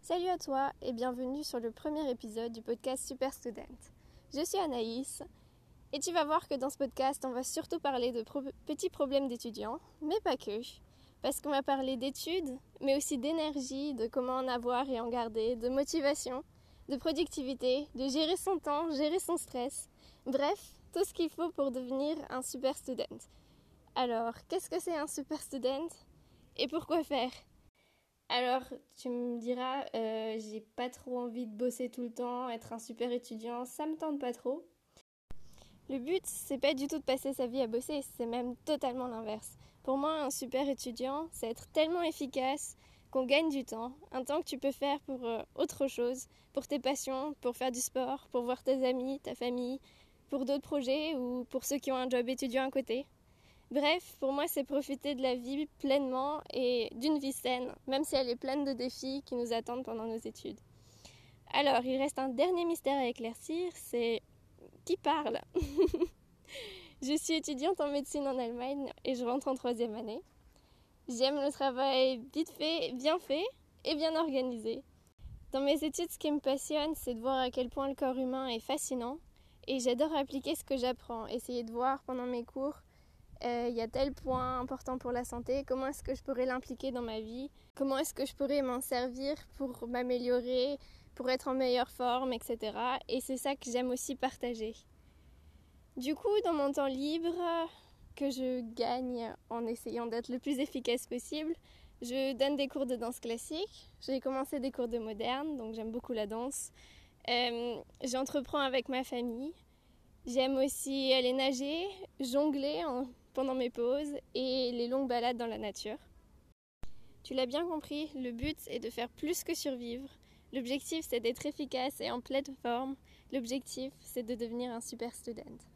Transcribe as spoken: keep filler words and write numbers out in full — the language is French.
Salut à toi et bienvenue sur le premier épisode du podcast Super Student. Je suis Anaïs et tu vas voir que dans ce podcast, on va surtout parler de pro- petits problèmes d'étudiants, mais pas que, parce qu'on va parler d'études, mais aussi d'énergie, de comment en avoir et en garder, de motivation, de productivité, de gérer son temps, gérer son stress, bref, tout ce qu'il faut pour devenir un super student. Alors, qu'est-ce que c'est un super student et pourquoi faire ? Alors, tu me diras, euh, j'ai pas trop envie de bosser tout le temps, être un super étudiant, ça me tente pas trop. Le but, c'est pas du tout de passer sa vie à bosser, c'est même totalement l'inverse. Pour moi, un super étudiant, c'est être tellement efficace qu'on gagne du temps, un temps que tu peux faire pour euh, autre chose, pour tes passions, pour faire du sport, pour voir tes amis, ta famille, pour d'autres projets ou pour ceux qui ont un job étudiant à côté. Bref, pour moi, c'est profiter de la vie pleinement et d'une vie saine, même si elle est pleine de défis qui nous attendent pendant nos études. Alors, il reste un dernier mystère à éclaircir, c'est qui parle ? Je suis étudiante en médecine en Allemagne et je rentre en troisième année. J'aime le travail vite fait, bien fait et bien organisé. Dans mes études, ce qui me passionne, c'est de voir à quel point le corps humain est fascinant et j'adore appliquer ce que j'apprends, essayer de voir pendant mes cours il euh, y a tel point important pour la santé, comment est-ce que je pourrais l'impliquer dans ma vie, comment est-ce que je pourrais m'en servir pour m'améliorer, pour être en meilleure forme, et cetera. Et c'est ça que j'aime aussi partager. Du coup, dans mon temps libre, que je gagne en essayant d'être le plus efficace possible, je donne des cours de danse classique. J'ai commencé des cours de moderne, donc j'aime beaucoup la danse. Euh, j'entreprends avec ma famille. J'aime aussi aller nager, jongler en pendant mes pauses et les longues balades dans la nature. Tu l'as bien compris, le but est de faire plus que survivre. L'objectif, c'est d'être efficace et en pleine forme. L'objectif, c'est de devenir un super student.